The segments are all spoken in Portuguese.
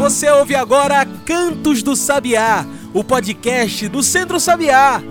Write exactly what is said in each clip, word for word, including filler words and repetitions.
Você ouve agora Cantos do Sabiá, o podcast do Centro Sabiá.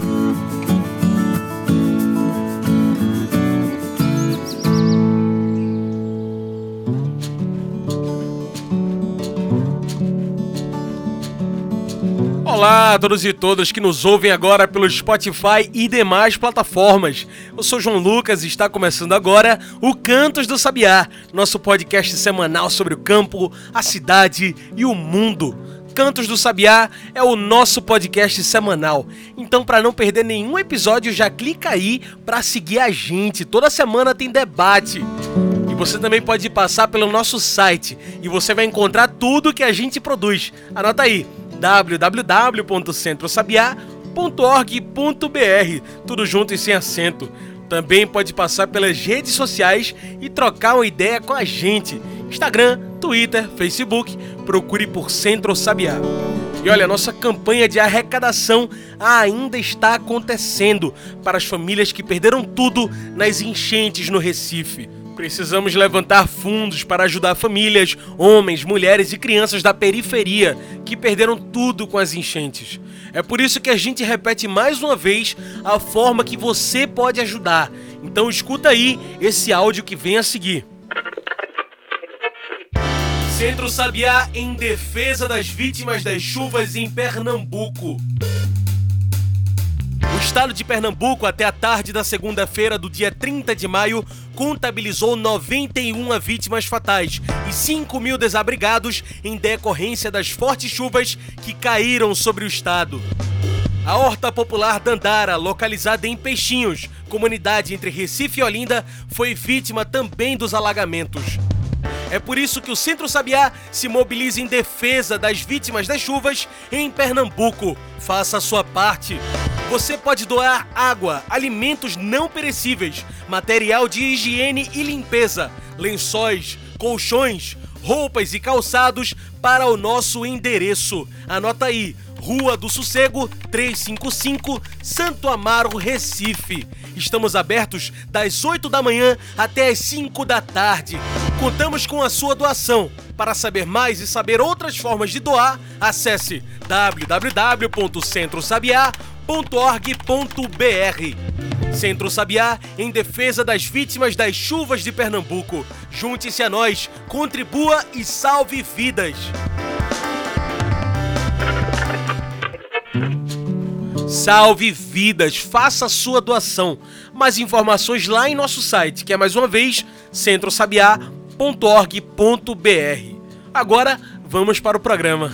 Olá a todos e todas que nos ouvem agora pelo Spotify e demais plataformas. Eu sou João Lucas e está começando agora o Cantos do Sabiá, nosso podcast semanal sobre o campo, a cidade e o mundo. Cantos do Sabiá é o nosso podcast semanal, então para não perder nenhum episódio já clica aí para seguir a gente, toda semana tem debate. E você também pode passar pelo nosso site e você vai encontrar tudo que a gente produz. Anota aí, w w w ponto centro sabiá ponto org ponto b r, tudo junto e sem acento. Também pode passar pelas redes sociais e trocar uma ideia com a gente. Instagram, Twitter, Facebook, procure por Centro Sabiá. E olha, nossa campanha de arrecadação ainda está acontecendo para as famílias que perderam tudo nas enchentes no Recife. Precisamos levantar fundos para ajudar famílias, homens, mulheres e crianças da periferia que perderam tudo com as enchentes. É por isso que a gente repete mais uma vez a forma que você pode ajudar. Então escuta aí esse áudio que vem a seguir. Centro Sabiá em defesa das vítimas das chuvas em Pernambuco. O estado de Pernambuco, até a tarde da segunda-feira do dia trinta de maio, contabilizou noventa e uma vítimas fatais e cinco mil desabrigados em decorrência das fortes chuvas que caíram sobre o estado. A Horta Popular Dandara, localizada em Peixinhos, comunidade entre Recife e Olinda, foi vítima também dos alagamentos. É por isso que o Centro Sabiá se mobiliza em defesa das vítimas das chuvas em Pernambuco. Faça a sua parte. Você pode doar água, alimentos não perecíveis, material de higiene e limpeza, lençóis, colchões, roupas e calçados para o nosso endereço. Anota aí, Rua do Sossego, trezentos e cinquenta e cinco, Santo Amaro, Recife. Estamos abertos das oito da manhã até as cinco da tarde. Contamos com a sua doação. Para saber mais e saber outras formas de doar, acesse w w w ponto centro sabiá ponto org ponto b r. Centro Sabiá em defesa das vítimas das chuvas de Pernambuco. Junte-se a nós, contribua e salve vidas. Salve vidas, faça a sua doação. Mais informações lá em nosso site, que é mais uma vez centro sabiá ponto org ponto b r. Agora vamos para o programa.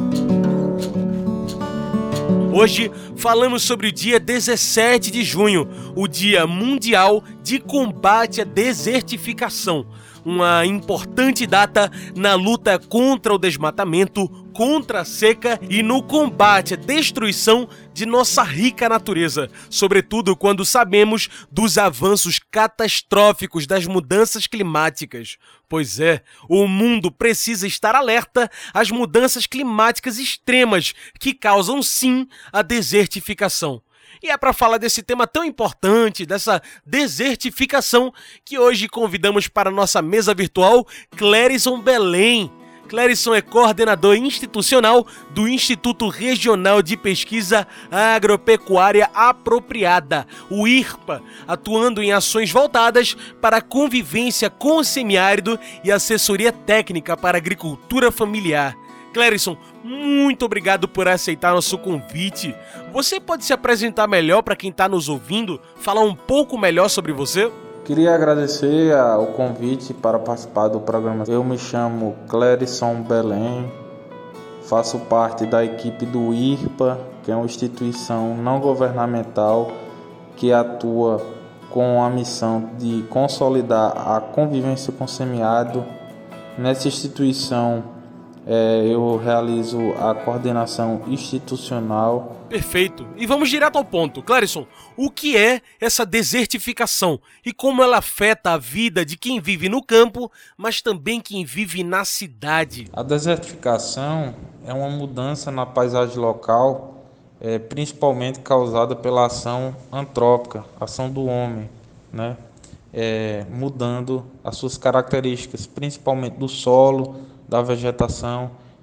Hoje falamos sobre o dia dezessete de junho, o Dia Mundial de Combate à Desertificação, uma importante data na luta contra o desmatamento, contra a seca e no combate à destruição de nossa rica natureza, sobretudo quando sabemos dos avanços catastróficos das mudanças climáticas. Pois é, o mundo precisa estar alerta às mudanças climáticas extremas que causam, sim, a desertificação. E é para falar desse tema tão importante, dessa desertificação, que hoje convidamos para a nossa mesa virtual Clérison Belém. Clérison é coordenador institucional do Instituto Regional de Pesquisa Agropecuária Apropriada, o I R P A, atuando em ações voltadas para a convivência com o semiárido e assessoria técnica para a agricultura familiar. Clérison, muito obrigado por aceitar nosso convite. Você pode se apresentar melhor para quem está nos ouvindo, falar um pouco melhor sobre você? Queria agradecer o convite para participar do programa. Eu me chamo Clérison Belém, faço parte da equipe do I R P A, que é uma instituição não governamental que atua com a missão de consolidar a convivência com o semiárido. Nessa instituição, É, eu realizo a coordenação institucional. Perfeito. E vamos direto ao ponto. Clérison, o que é essa desertificação e como ela afeta a vida de quem vive no campo, mas também quem vive na cidade? A desertificação é uma mudança na paisagem local, é, principalmente causada pela ação antrópica, ação do homem, né? É, mudando as suas características, principalmente do solo, da vegetação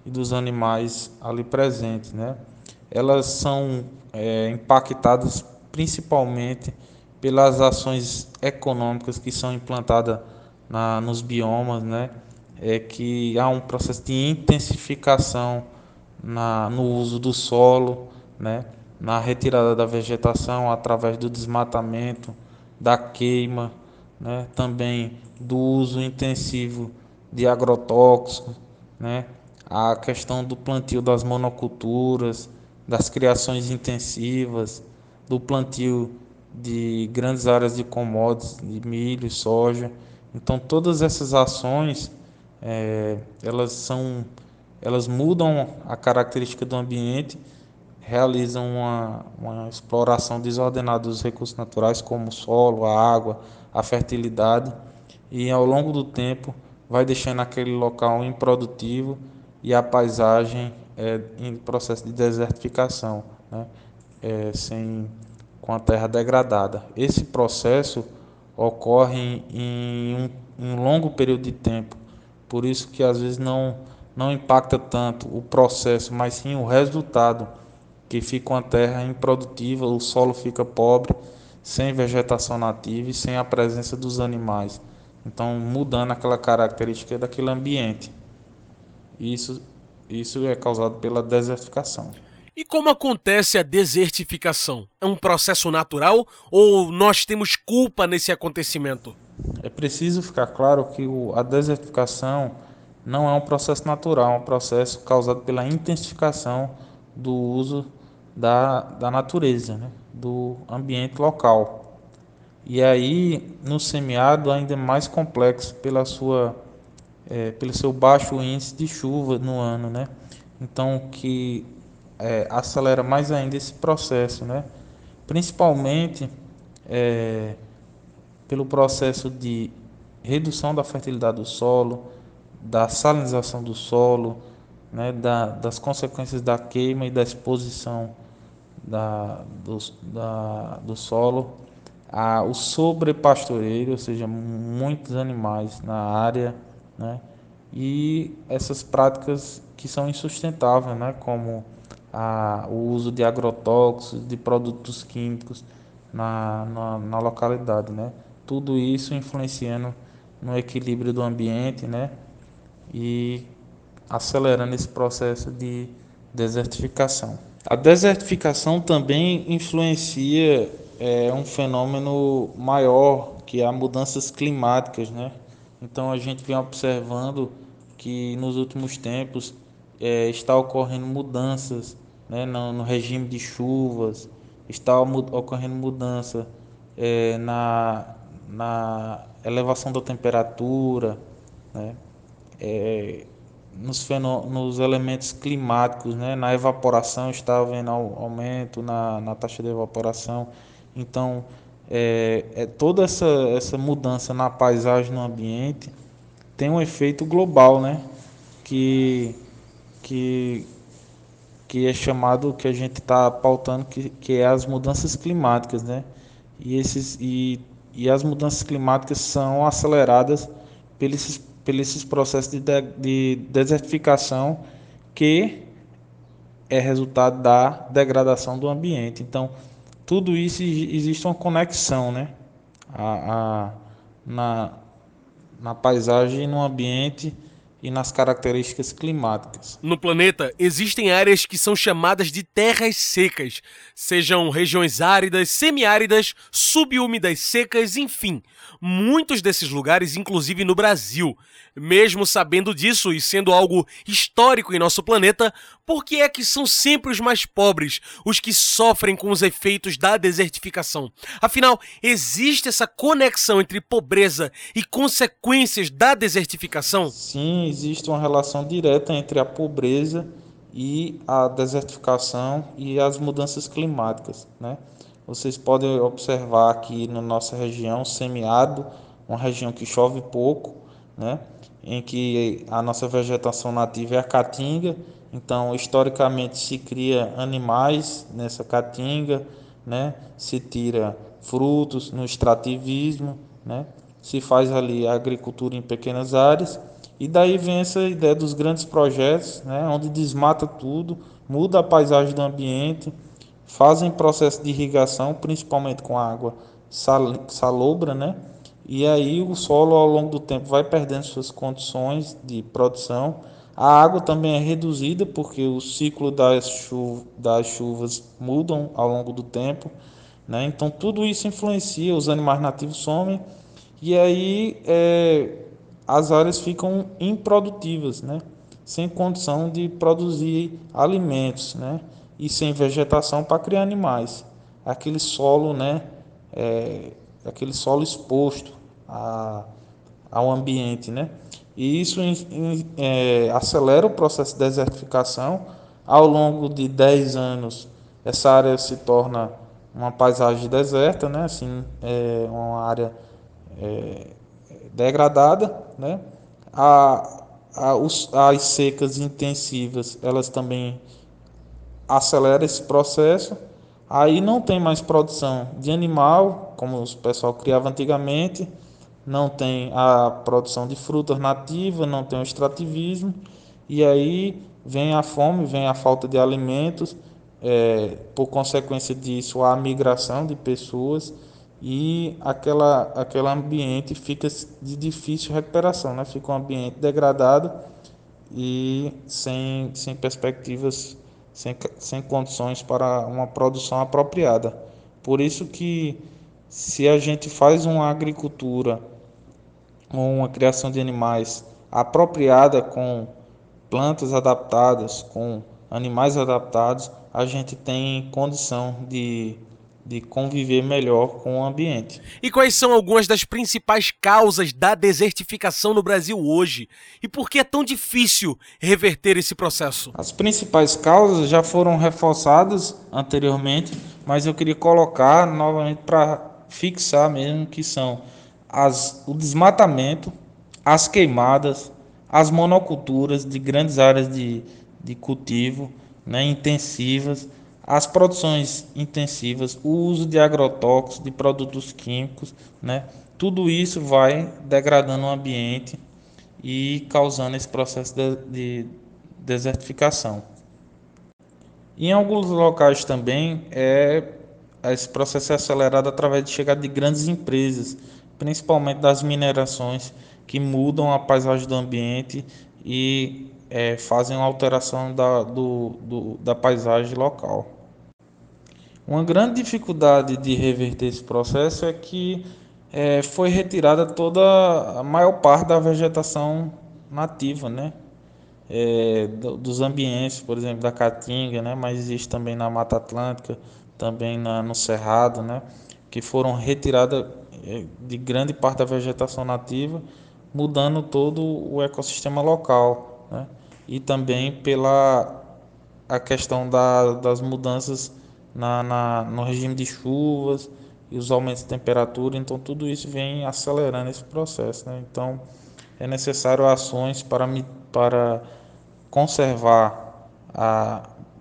e dos animais ali presentes, né? Elas são é, impactadas principalmente pelas ações econômicas que são implantadas na, nos biomas, né? É que há um processo de intensificação na, no uso do solo, né? Na retirada da vegetação através do desmatamento, da queima, né? Também do uso intensivo de agrotóxicos, né? A questão do plantio das monoculturas, das criações intensivas, do plantio de grandes áreas de commodities, de milho, soja. Então todas essas ações é, elas são, elas mudam a característica do ambiente, realizam uma, uma exploração desordenada dos recursos naturais, como o solo, a água, a fertilidade, e ao longo do tempo vai deixando aquele local improdutivo e a paisagem é, em processo de desertificação, né? É, sem, com a terra degradada. Esse processo ocorre em um, em um longo período de tempo, por isso que às vezes não, não impacta tanto o processo, mas sim o resultado, que fica uma terra improdutiva, o solo fica pobre, sem vegetação nativa e sem a presença dos animais. Então, mudando aquela característica daquele ambiente. Isso, isso é causado pela desertificação. E como acontece a desertificação? É um processo natural ou nós temos culpa nesse acontecimento? É preciso ficar claro que o, a desertificação não é um processo natural, é um processo causado pela intensificação do uso da, da natureza, né? Do ambiente local. E aí, no semiárido, ainda é mais complexo pela sua, é, pelo seu baixo índice de chuva no ano, né? Então, que é, acelera mais ainda esse processo, né? Principalmente é, pelo processo de redução da fertilidade do solo, da salinização do solo, né, da, das consequências da queima e da exposição da, do, da, do solo, a, o sobrepastoreio, ou seja, muitos animais na área, né, e essas práticas que são insustentáveis, né, como a, o uso de agrotóxicos, de produtos químicos na, na, na localidade, né? Tudo isso influenciando no equilíbrio do ambiente, né? E acelerando esse processo de desertificação. A desertificação também influencia é, um fenômeno maior, que é as mudanças climáticas, né? Então a gente vem observando que nos últimos tempos é, está ocorrendo mudanças, né, no, no regime de chuvas, está ocorrendo mudança é, na, na elevação da temperatura, né? É, nos, nos elementos climáticos, né? Na evaporação está havendo aumento na, na taxa de evaporação. Então, é, é toda essa, essa mudança na paisagem, no ambiente, tem um efeito global, né? Que, que, que é chamado, que a gente está pautando, que, que é as mudanças climáticas, né? E, esses, e, e as mudanças climáticas são aceleradas pelos, pelos esses processos de, de, de desertificação, que é resultado da degradação do ambiente. Então, tudo isso existe uma conexão, né? A, a, na, na paisagem, no ambiente e nas características climáticas. No planeta, existem áreas que são chamadas de terras secas, sejam regiões áridas, semiáridas, subúmidas secas, enfim. Muitos desses lugares, inclusive no Brasil. Mesmo sabendo disso e sendo algo histórico em nosso planeta, por que é que são sempre os mais pobres os que sofrem com os efeitos da desertificação? Afinal, existe essa conexão entre pobreza e consequências da desertificação? Sim, existe uma relação direta entre a pobreza e a desertificação e as mudanças climáticas, né? Vocês podem observar aqui na nossa região semiárido, uma região que chove pouco, né? Em que a nossa vegetação nativa é a caatinga. Então, historicamente, se cria animais nessa caatinga, né? Se tira frutos no extrativismo, né? Se faz ali a agricultura em pequenas áreas E daí vem essa ideia dos grandes projetos, né, onde desmata tudo, muda a paisagem do ambiente, fazem processo de irrigação, principalmente com água sal, salobra, né? E aí o solo ao longo do tempo vai perdendo suas condições de produção. A água também é reduzida porque o ciclo das, chu das chuvas mudam ao longo do tempo, né? Então tudo isso influencia, os animais nativos somem e aí é, as áreas ficam improdutivas, né? Sem condição de produzir alimentos, né? E sem vegetação para criar animais. Aquele solo, né? É, aquele solo exposto a, ao ambiente, né? E isso é, acelera o processo de desertificação. Ao longo de dez anos, essa área se torna uma paisagem deserta, né? Assim, é uma área é, degradada, né? A, a, os, as secas intensivas, elas também aceleram esse processo. Aí não tem mais produção de animal, como o pessoal criava antigamente, não tem a produção de frutas nativas, não tem o extrativismo, e aí vem a fome, vem a falta de alimentos, é, por consequência disso, a migração de pessoas e aquela, aquele ambiente fica de difícil recuperação, né? Fica um ambiente degradado e sem, sem perspectivas, sem, sem condições para uma produção apropriada. Por isso que se a gente faz uma agricultura ou uma criação de animais apropriada com plantas adaptadas, com animais adaptados, a gente tem condição de, de conviver melhor com o ambiente. E quais são algumas das principais causas da desertificação no Brasil hoje? E por que é tão difícil reverter esse processo? As principais causas já foram reforçadas anteriormente, mas eu queria colocar novamente para fixar mesmo que são as, o desmatamento, as queimadas, as monoculturas de grandes áreas de, de cultivo, né, intensivas, as produções intensivas, o uso de agrotóxicos, de produtos químicos, né, tudo isso vai degradando o ambiente e causando esse processo de, de desertificação. Em alguns locais também é esse processo é acelerado através de chegada de grandes empresas, principalmente das minerações, que mudam a paisagem do ambiente e é, fazem uma alteração da, do, do, da paisagem local. Uma grande dificuldade de reverter esse processo é que é, foi retirada toda a maior parte da vegetação nativa, né? É, do, dos ambientes, por exemplo, da Caatinga, né? Mas existe também na Mata Atlântica, também na, no Cerrado, né? Que foram retiradas é, de grande parte da vegetação nativa, mudando todo o ecossistema local, né? E também pela a questão da, das mudanças na, na, no regime de chuvas e os aumentos de temperatura, então tudo isso vem acelerando esse processo, né? Então é necessário ações para, para conservar a,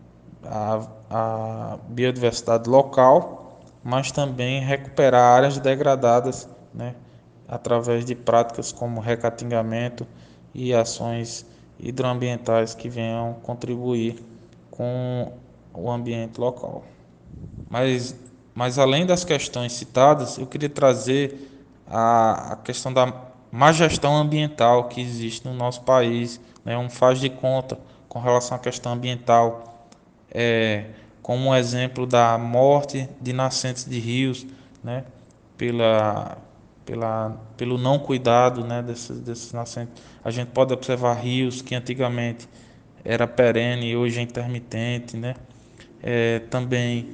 a, a biodiversidade local, mas também recuperar áreas degradadas, né? Através de práticas como recatingamento e ações hidroambientais que venham contribuir com o ambiente local. Mas, mas além das questões citadas, eu queria trazer a, a questão da má gestão ambiental que existe no nosso país, né, um faz de conta com relação à questão ambiental, é, como um exemplo da morte de nascentes de rios, né, pela, pela, pelo não cuidado, né, desses, desses nascentes. A gente pode observar rios que antigamente era perene e hoje é intermitente, né? É, também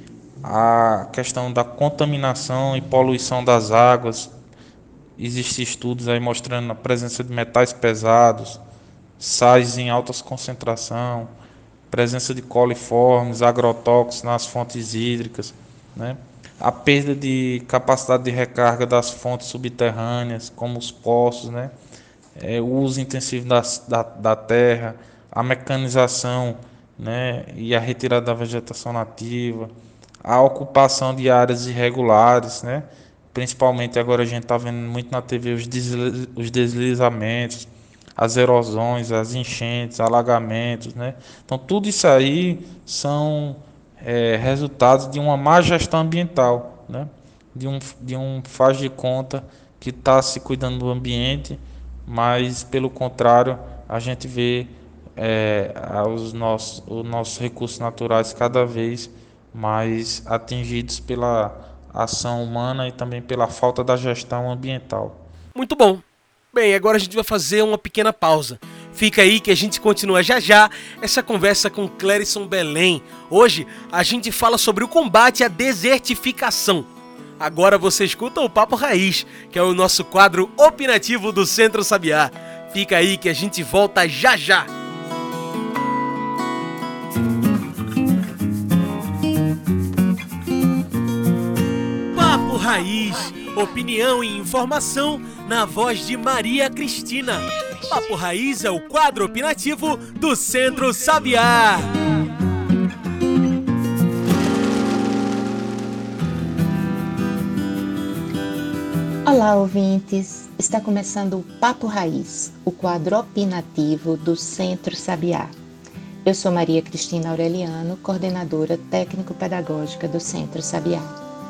a questão da contaminação e poluição das águas. Existem estudos aí mostrando a presença de metais pesados, sais em altas concentração, presença de coliformes, agrotóxicos nas fontes hídricas, né? A perda de capacidade de recarga das fontes subterrâneas, como os poços, né? É, o uso intensivo das, da, da terra, a mecanização, né? E a retirada da vegetação nativa, a ocupação de áreas irregulares, né? Principalmente agora a gente está vendo muito na T V os, desliz, os deslizamentos, as erosões, as enchentes, alagamentos, né? Então tudo isso aí são é, resultados de uma má gestão ambiental, né? De um, de um faz de conta que está se cuidando do ambiente, mas pelo contrário a gente vê é, os, nossos, os nossos recursos naturais cada vez mais atingidos pela ação humana e também pela falta da gestão ambiental. Muito bom. Bem, agora a gente vai fazer uma pequena pausa. Fica aí que a gente continua já já essa conversa com Clérison Belém. Hoje a gente fala sobre o combate à desertificação. Agora você escuta o Papo Raiz, que é o nosso quadro opinativo do Centro Sabiá. Fica aí que a gente volta já já. Papo Raiz, opinião e informação na voz de Maria Cristina. Papo Raiz é o quadro opinativo do Centro Sabiá. Olá, ouvintes! Está começando o Papo Raiz, o quadro opinativo do Centro Sabiá. Eu sou Maria Cristina Aureliano, coordenadora técnico-pedagógica do Centro Sabiá.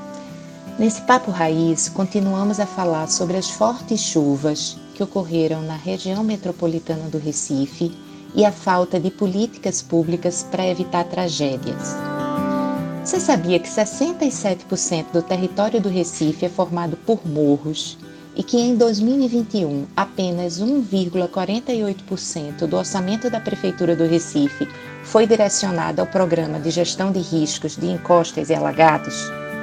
Nesse Papo Raiz, continuamos a falar sobre as fortes chuvas que ocorreram na região metropolitana do Recife e a falta de políticas públicas para evitar tragédias. Você sabia que sessenta e sete por cento do território do Recife é formado por morros e que em dois mil e vinte e um apenas um vírgula quarenta e oito por cento do orçamento da Prefeitura do Recife foi direcionado ao Programa de Gestão de Riscos de Encostas e Alagados?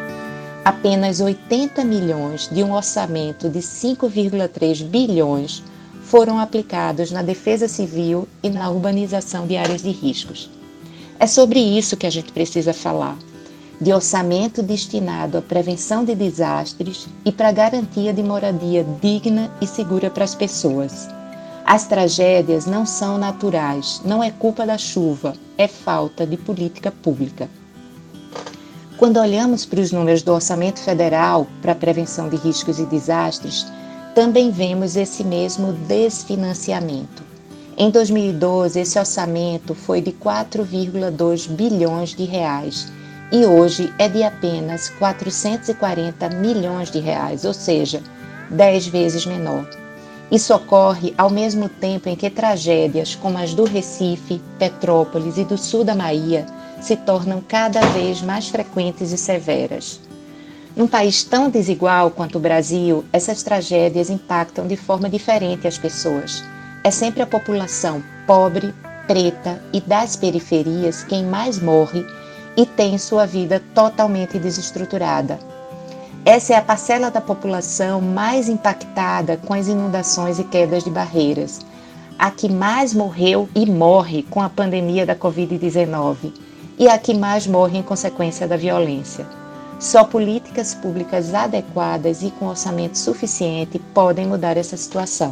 Apenas oitenta milhões de um orçamento de cinco vírgula três bilhões foram aplicados na defesa civil e na urbanização de áreas de riscos. É sobre isso que a gente precisa falar, de orçamento destinado à prevenção de desastres e para a garantia de moradia digna e segura para as pessoas. As tragédias não são naturais, não é culpa da chuva, é falta de política pública. Quando olhamos para os números do Orçamento Federal para a prevenção de riscos e desastres, também vemos esse mesmo desfinanciamento. Em dois mil e doze, esse orçamento foi de quatro vírgula dois bilhões de reais e hoje é de apenas quatrocentos e quarenta milhões de reais, ou seja, dez vezes menor. Isso ocorre ao mesmo tempo em que tragédias como as do Recife, Petrópolis e do sul da Bahia se tornam cada vez mais frequentes e severas. Num país tão desigual quanto o Brasil, essas tragédias impactam de forma diferente as pessoas. É sempre a população pobre, preta e das periferias quem mais morre e tem sua vida totalmente desestruturada. Essa é a parcela da população mais impactada com as inundações e quedas de barreiras, a que mais morreu e morre com a pandemia da covid dezenove e a que mais morre em consequência da violência. Só políticas públicas adequadas e com orçamento suficiente podem mudar essa situação.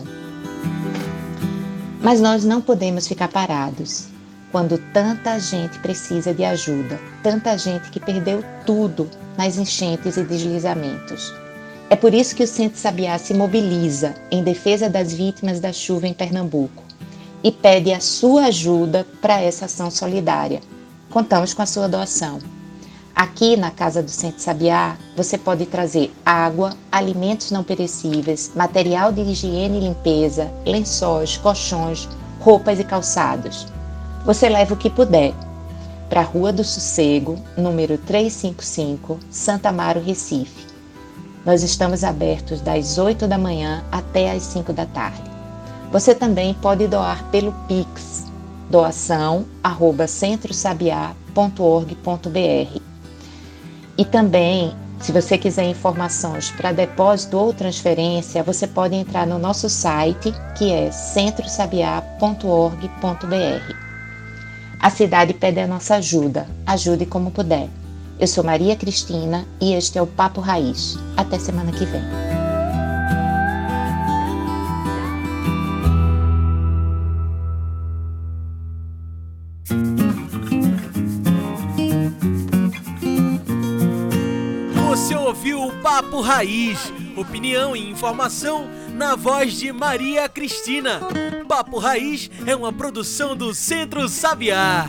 Mas nós não podemos ficar parados quando tanta gente precisa de ajuda, tanta gente que perdeu tudo nas enchentes e deslizamentos. É por isso que o Centro Sabiá se mobiliza em defesa das vítimas da chuva em Pernambuco e pede a sua ajuda para essa ação solidária. Contamos com a sua doação. Aqui na Casa do Centro Sabiá, você pode trazer água, alimentos não perecíveis, material de higiene e limpeza, lençóis, colchões, roupas e calçados. Você leva o que puder. Para a Rua do Sossego, número trezentos e cinquenta e cinco, Santa Amaro, Recife. Nós estamos abertos das oito da manhã até às cinco da tarde. Você também pode doar pelo Pix, doação arroba centro sabiá ponto org ponto br. E também, se você quiser informações para depósito ou transferência, você pode entrar no nosso site, que é centro sabiá ponto org ponto br. A cidade pede a nossa ajuda. Ajude como puder. Eu sou Maria Cristina e este é o Papo Raiz. Até semana que vem. Você ouviu o Papo Raiz, opinião e informação na voz de Maria Cristina. Papo Raiz é uma produção do Centro Sabiá.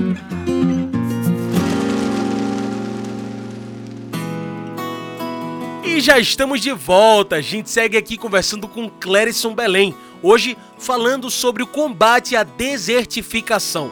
E já estamos de volta, a gente segue aqui conversando com Clérison Belém, hoje falando sobre o combate à desertificação.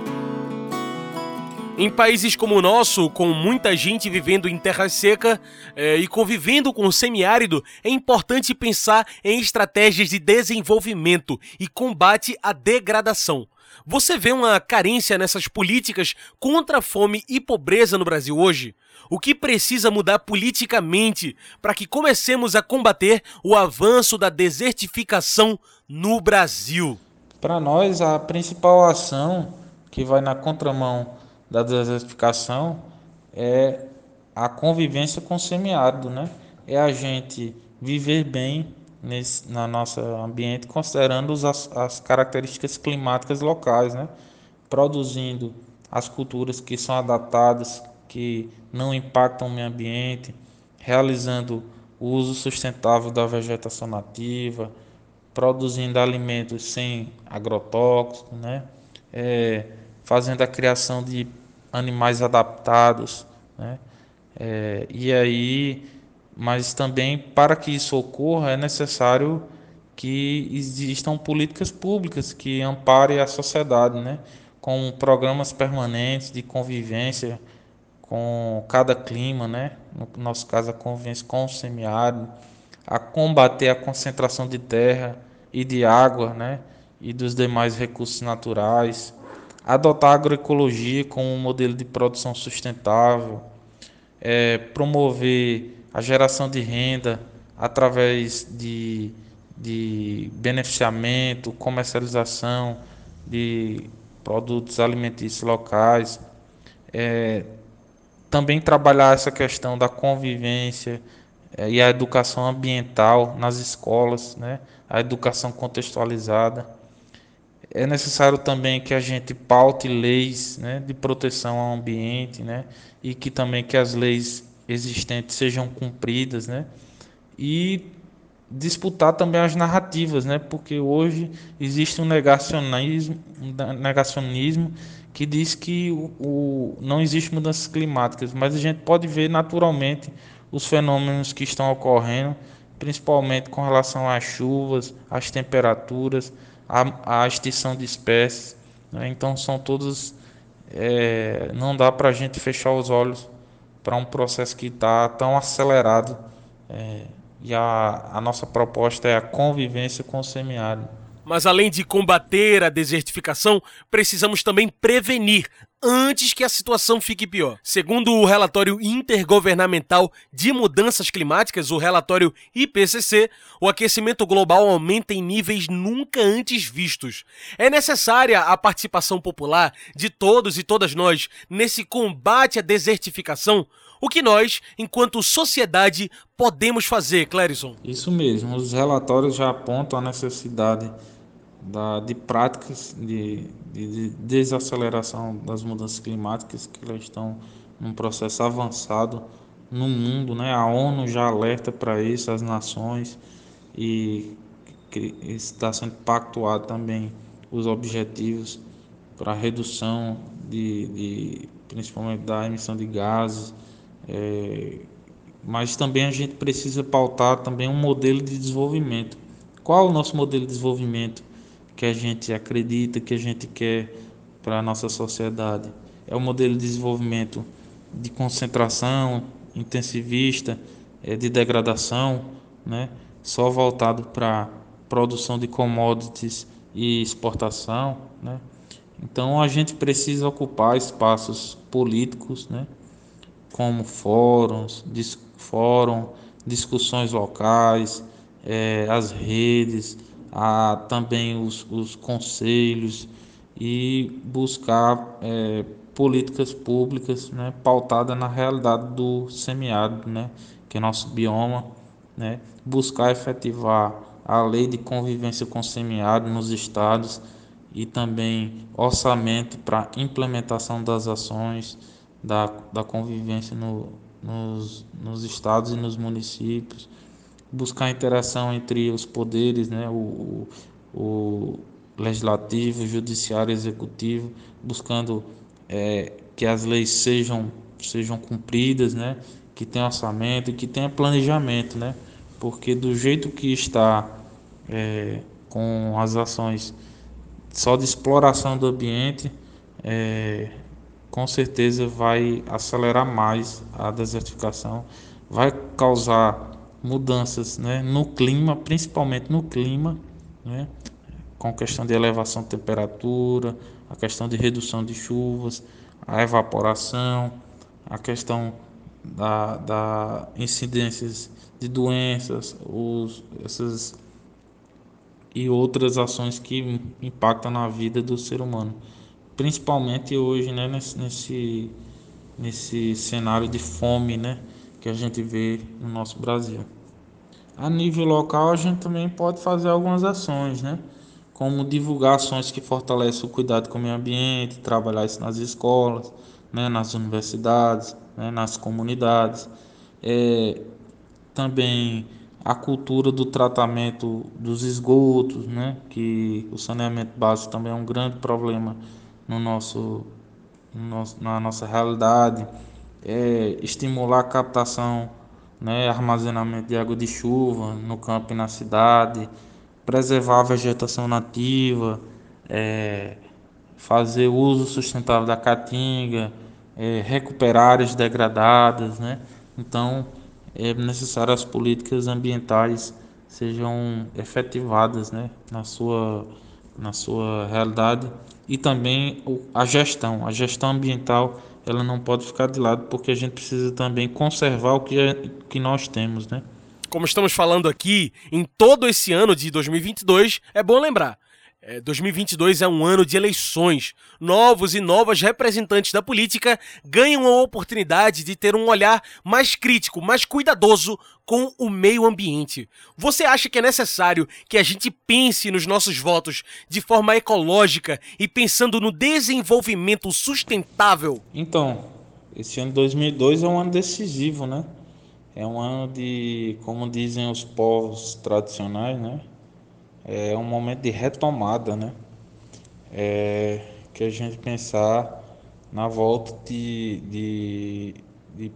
Em países como o nosso, com muita gente vivendo em terra seca é, e convivendo com o semiárido, é importante pensar em estratégias de desenvolvimento e combate à degradação. Você vê uma carência nessas políticas contra a fome e pobreza no Brasil hoje? O que precisa mudar politicamente para que comecemos a combater o avanço da desertificação no Brasil? Para nós, a principal ação que vai na contramão da desertificação é a convivência com o semiárido, né? É a gente viver bem nesse na nosso ambiente, considerando as, as características climáticas locais, né? Produzindo as culturas que são adaptadas, que não impactam o meio ambiente, realizando o uso sustentável da vegetação nativa, produzindo alimentos sem agrotóxicos, né? É, fazendo a criação de animais adaptados, né? É, e aí, mas também para que isso ocorra é necessário que existam políticas públicas que amparem a sociedade, né? Com programas permanentes de convivência com cada clima, né? No nosso caso, a convivência com o semiárido, a combater a concentração de terra e de água, né? E dos demais recursos naturais, adotar a agroecologia como um modelo de produção sustentável, é, promover a geração de renda através de, de beneficiamento, comercialização de produtos alimentícios locais, é, também trabalhar essa questão da convivência é, e a educação ambiental nas escolas, né? A educação contextualizada. É necessário também que a gente paute leis, né, de proteção ao ambiente, né, e que também que as leis existentes sejam cumpridas, né, e disputar também as narrativas, né, porque hoje existe um negacionismo, um negacionismo que diz que o, o, não existe mudanças climáticas, mas a gente pode ver naturalmente os fenômenos que estão ocorrendo, principalmente com relação às chuvas, às temperaturas, a, a extinção de espécies, né? Então são todos, é, não dá para a gente fechar os olhos para um processo que está tão acelerado, é, e a, a nossa proposta é a convivência com o semiárido. Mas além de combater a desertificação, precisamos também prevenir antes que a situação fique pior. Segundo o relatório intergovernamental de mudanças climáticas, o relatório I P C C, o aquecimento global aumenta em níveis nunca antes vistos. É necessária a participação popular de todos e todas nós nesse combate à desertificação. O que nós, enquanto sociedade, podemos fazer, Clérison? Isso mesmo, os relatórios já apontam a necessidade da, de práticas de, de, de desaceleração das mudanças climáticas, que elas estão num processo avançado no mundo, né? A ONU já alerta para isso, as nações, e que está sendo pactuado também os objetivos para a redução de, de principalmente da emissão de gases. É, mas também a gente precisa pautar também um modelo de desenvolvimento. Qual é o nosso modelo de desenvolvimento que a gente acredita, que a gente quer para a nossa sociedade? É um modelo de desenvolvimento de concentração, intensivista, é, de degradação, né? Só voltado para produção de commodities e exportação, né? Então a gente precisa ocupar espaços políticos, né? Como fóruns, dis, fórum, discussões locais, é, as redes, a, também os, os conselhos, e buscar é, políticas públicas, né, pautadas na realidade do semiárido, né, que é nosso bioma, né, buscar efetivar a lei de convivência com o semiárido nos estados e também orçamento para implementação das ações da, da convivência no, nos, nos estados e nos municípios, buscar interação entre os poderes, né, o, o legislativo, o judiciário, o executivo, buscando é, que as leis sejam, sejam cumpridas, né, que tenha orçamento e que tenha planejamento, né, porque do jeito que está é, com as ações só de exploração do ambiente, é, com certeza vai acelerar mais a desertificação, vai causar mudanças, né, no clima, principalmente no clima, né, com a questão de elevação de temperatura, a questão de redução de chuvas, a evaporação, a questão da, da incidências de doenças, os, essas e outras ações que impactam na vida do ser humano, principalmente hoje, né, nesse, nesse, nesse cenário de fome, né, que a gente vê no nosso Brasil. A nível local, a gente também pode fazer algumas ações, né, como divulgar ações que fortalecem o cuidado com o meio ambiente, trabalhar isso nas escolas, né, nas universidades, né, nas comunidades. É, também a cultura do tratamento dos esgotos, né? Que o saneamento básico também é um grande problema no nosso, no nosso na nossa realidade. É, estimular a captação, né? Armazenamento de água de chuva no campo e na cidade, preservar a vegetação nativa, é, fazer uso sustentável da caatinga, é, recuperar áreas degradadas, né? Então, é necessário as políticas ambientais sejam efetivadas, né, na sua, na sua realidade, e também a gestão, a gestão ambiental, ela não pode ficar de lado, porque a gente precisa também conservar o que, é, que nós temos, né? Como estamos falando aqui, em todo esse ano de dois mil e vinte e dois, é bom lembrar, é, dois mil e vinte e dois é um ano de eleições. Novos e novas representantes da política ganham a oportunidade de ter um olhar mais crítico, mais cuidadoso com o meio ambiente. Você acha que é necessário que a gente pense nos nossos votos de forma ecológica e pensando no desenvolvimento sustentável? Então, esse ano de dois mil e dois é um ano decisivo, né? É um ano de, como dizem os povos tradicionais, né? É um momento de retomada, né? É que a gente pensar na volta de, de, de,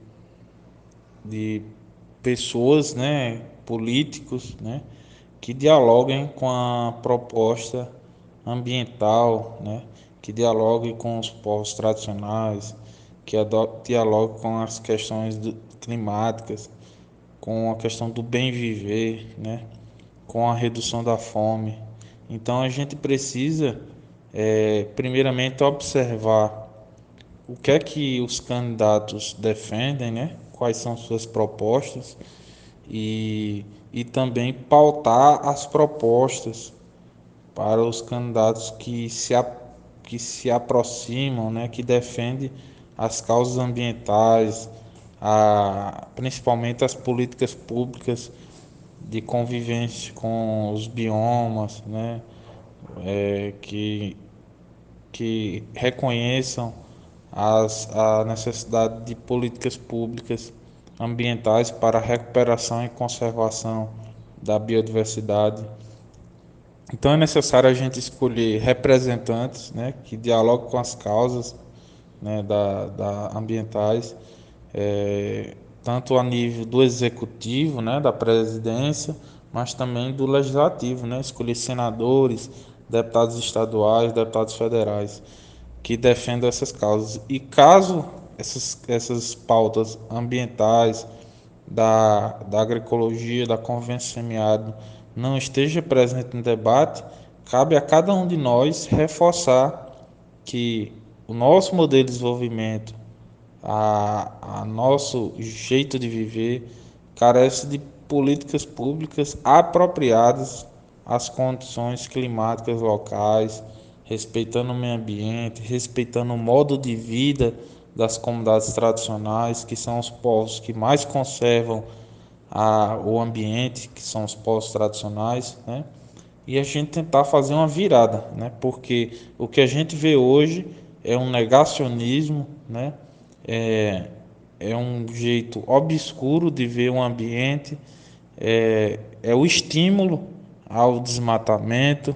de pessoas, né? Políticos, né? Que dialoguem com a proposta ambiental, né? Que dialoguem com os povos tradicionais, que dialoguem com as questões do, climáticas, com a questão do bem viver, né? Com a redução da fome. Então a gente precisa, é, primeiramente, observar o que é que os candidatos defendem, né? Quais são suas propostas e, e também pautar as propostas para os candidatos que se, que se aproximam, né? Que defendem as causas ambientais, a, principalmente as políticas públicas de convivência com os biomas, né, é, que, que reconheçam as, a necessidade de políticas públicas ambientais para a recuperação e conservação da biodiversidade. Então é necessário a gente escolher representantes, né, que dialoguem com as causas, né, da, da ambientais, é, tanto a nível do executivo, né, da presidência, mas também do legislativo, né, escolher senadores, deputados estaduais, deputados federais, que defendam essas causas. E caso essas, essas pautas ambientais, da, da agroecologia, da convivência semiárido não esteja presente no debate, cabe a cada um de nós reforçar que o nosso modelo de desenvolvimento, a, a nosso jeito de viver, carece de políticas públicas apropriadas às condições climáticas locais, respeitando o meio ambiente, respeitando o modo de vida das comunidades tradicionais, que são os povos que mais conservam a, o ambiente, que são os povos tradicionais, né? E a gente tentar fazer uma virada, né? Porque o que a gente vê hoje é um negacionismo, né? É, é um jeito obscuro de ver o ambiente, é, é o estímulo ao desmatamento,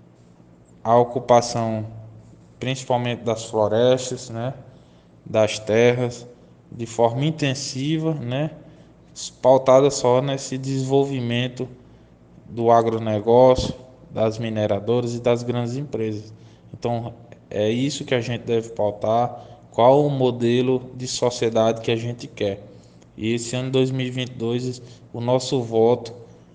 à ocupação principalmente das florestas, né, das terras, de forma intensiva, né, pautada só nesse desenvolvimento do agronegócio, das mineradoras e das grandes empresas. Então, é isso que a gente deve pautar, qual o modelo de sociedade que a gente quer. E esse ano dois mil e vinte e dois, o nosso voto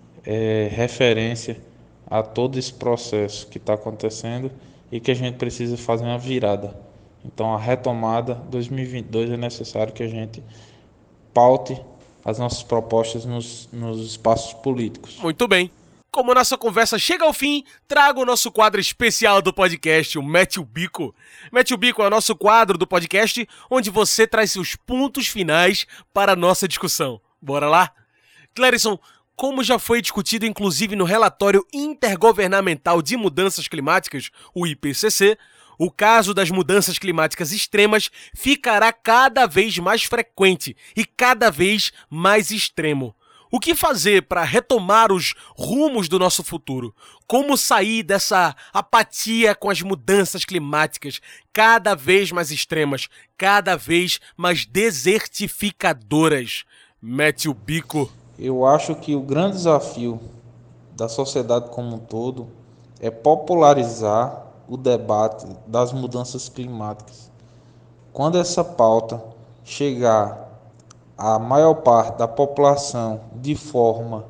é referência a todo esse processo que está acontecendo e que a gente precisa fazer uma virada. Então, a retomada dois mil e vinte e dois é necessário que a gente paute as nossas propostas nos, nos espaços políticos. Muito bem. Como nossa conversa chega ao fim, trago o nosso quadro especial do podcast, o Mete o Bico. Mete o Bico é o nosso quadro do podcast, onde você traz seus pontos finais para a nossa discussão. Bora lá? Clérison, como já foi discutido inclusive no Relatório Intergovernamental de Mudanças Climáticas, o I P C C, o caso das mudanças climáticas extremas ficará cada vez mais frequente e cada vez mais extremo. O que fazer para retomar os rumos do nosso futuro? Como sair dessa apatia com as mudanças climáticas cada vez mais extremas, cada vez mais desertificadoras? Mete o bico. Eu acho que o grande desafio da sociedade como um todo é popularizar o debate das mudanças climáticas. Quando essa pauta chegar a maior parte da população de forma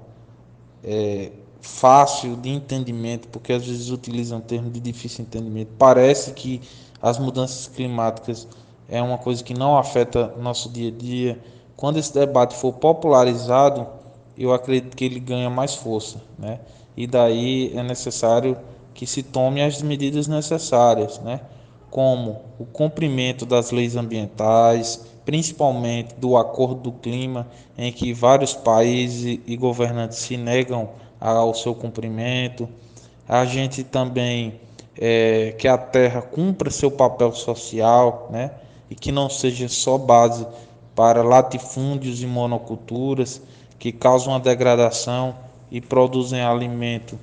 é, fácil de entendimento, porque às vezes utilizam termo de difícil entendimento, parece que as mudanças climáticas é uma coisa que não afeta nosso dia a dia. Quando esse debate for popularizado, eu acredito que ele ganha mais força, né? E daí é necessário que se tome as medidas necessárias, né? Como o cumprimento das leis ambientais, principalmente do Acordo do Clima, em que vários países e governantes se negam ao seu cumprimento. A gente também é, que a terra cumpra seu papel social, né? E que não seja só base para latifúndios e monoculturas que causam a degradação e produzem alimento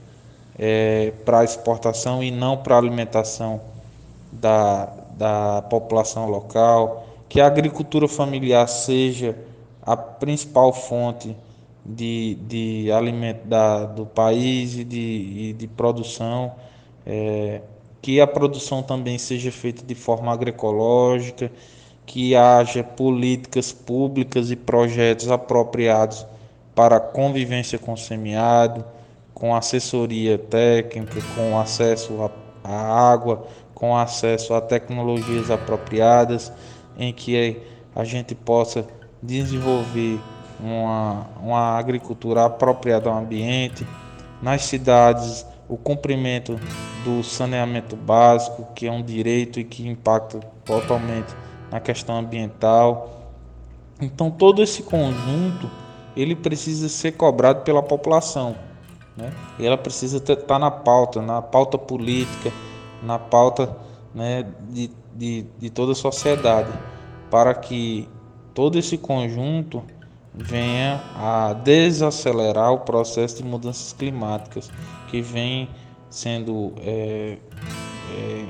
é, para exportação e não para alimentação da, da população local, que a agricultura familiar seja a principal fonte de, de alimento da, do país e de, e de produção, é, que a produção também seja feita de forma agroecológica, que haja políticas públicas e projetos apropriados para a convivência com o semiárido, com assessoria técnica, com acesso à água, com acesso a tecnologias apropriadas, em que a gente possa desenvolver uma, uma agricultura apropriada ao ambiente. Nas cidades, o cumprimento do saneamento básico, que é um direito e que impacta totalmente na questão ambiental. Então, todo esse conjunto ele precisa ser cobrado pela população, né? E ela precisa estar na pauta, na pauta política, na pauta, né, de, de, de toda a sociedade, para que todo esse conjunto venha a desacelerar o processo de mudanças climáticas que vem sendo é, é,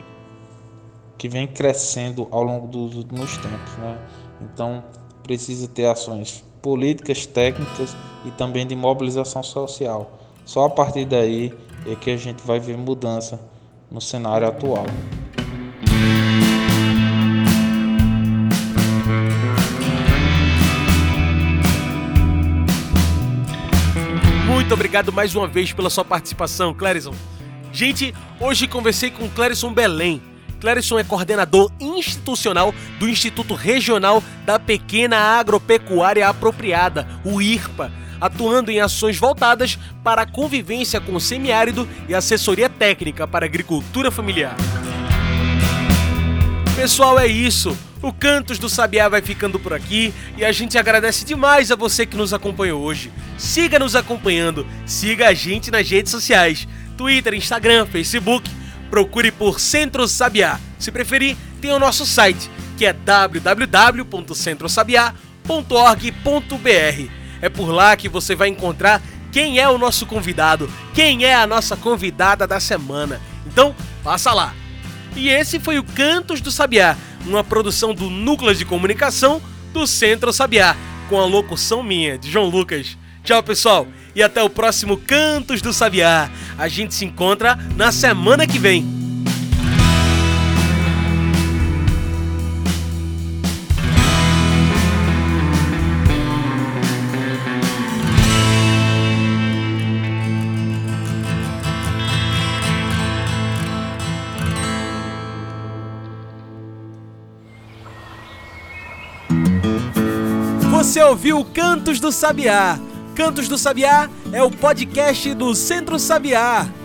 que vem crescendo ao longo dos últimos tempos, né? Então precisa ter ações políticas, técnicas e também de mobilização social. Só a partir daí é que a gente vai ver mudança no cenário atual. Muito obrigado mais uma vez pela sua participação, Clérison. Gente, hoje conversei com Clérison Belém. Clérison é coordenador institucional do Instituto Regional da Pequena Agropecuária Apropriada, o I R P A, atuando em ações voltadas para a convivência com o semiárido e assessoria técnica para a agricultura familiar. Pessoal, é isso. O Cantos do Sabiá vai ficando por aqui e a gente agradece demais a você que nos acompanhou hoje. Siga nos acompanhando, siga a gente nas redes sociais, Twitter, Instagram, Facebook. Procure por Centro Sabiá. Se preferir, tem o nosso site, que é w w w ponto centro sabiá ponto org ponto b r. É por lá que você vai encontrar quem é o nosso convidado, quem é a nossa convidada da semana. Então, passa lá. E esse foi o Cantos do Sabiá, uma produção do Núcleo de Comunicação do Centro Sabiá, com a locução minha, de João Lucas. Tchau, pessoal, e até o próximo Cantos do Sabiá. A gente se encontra na semana que vem. Você ouviu Cantos do Sabiá. Cantos do Sabiá é o podcast do Centro Sabiá.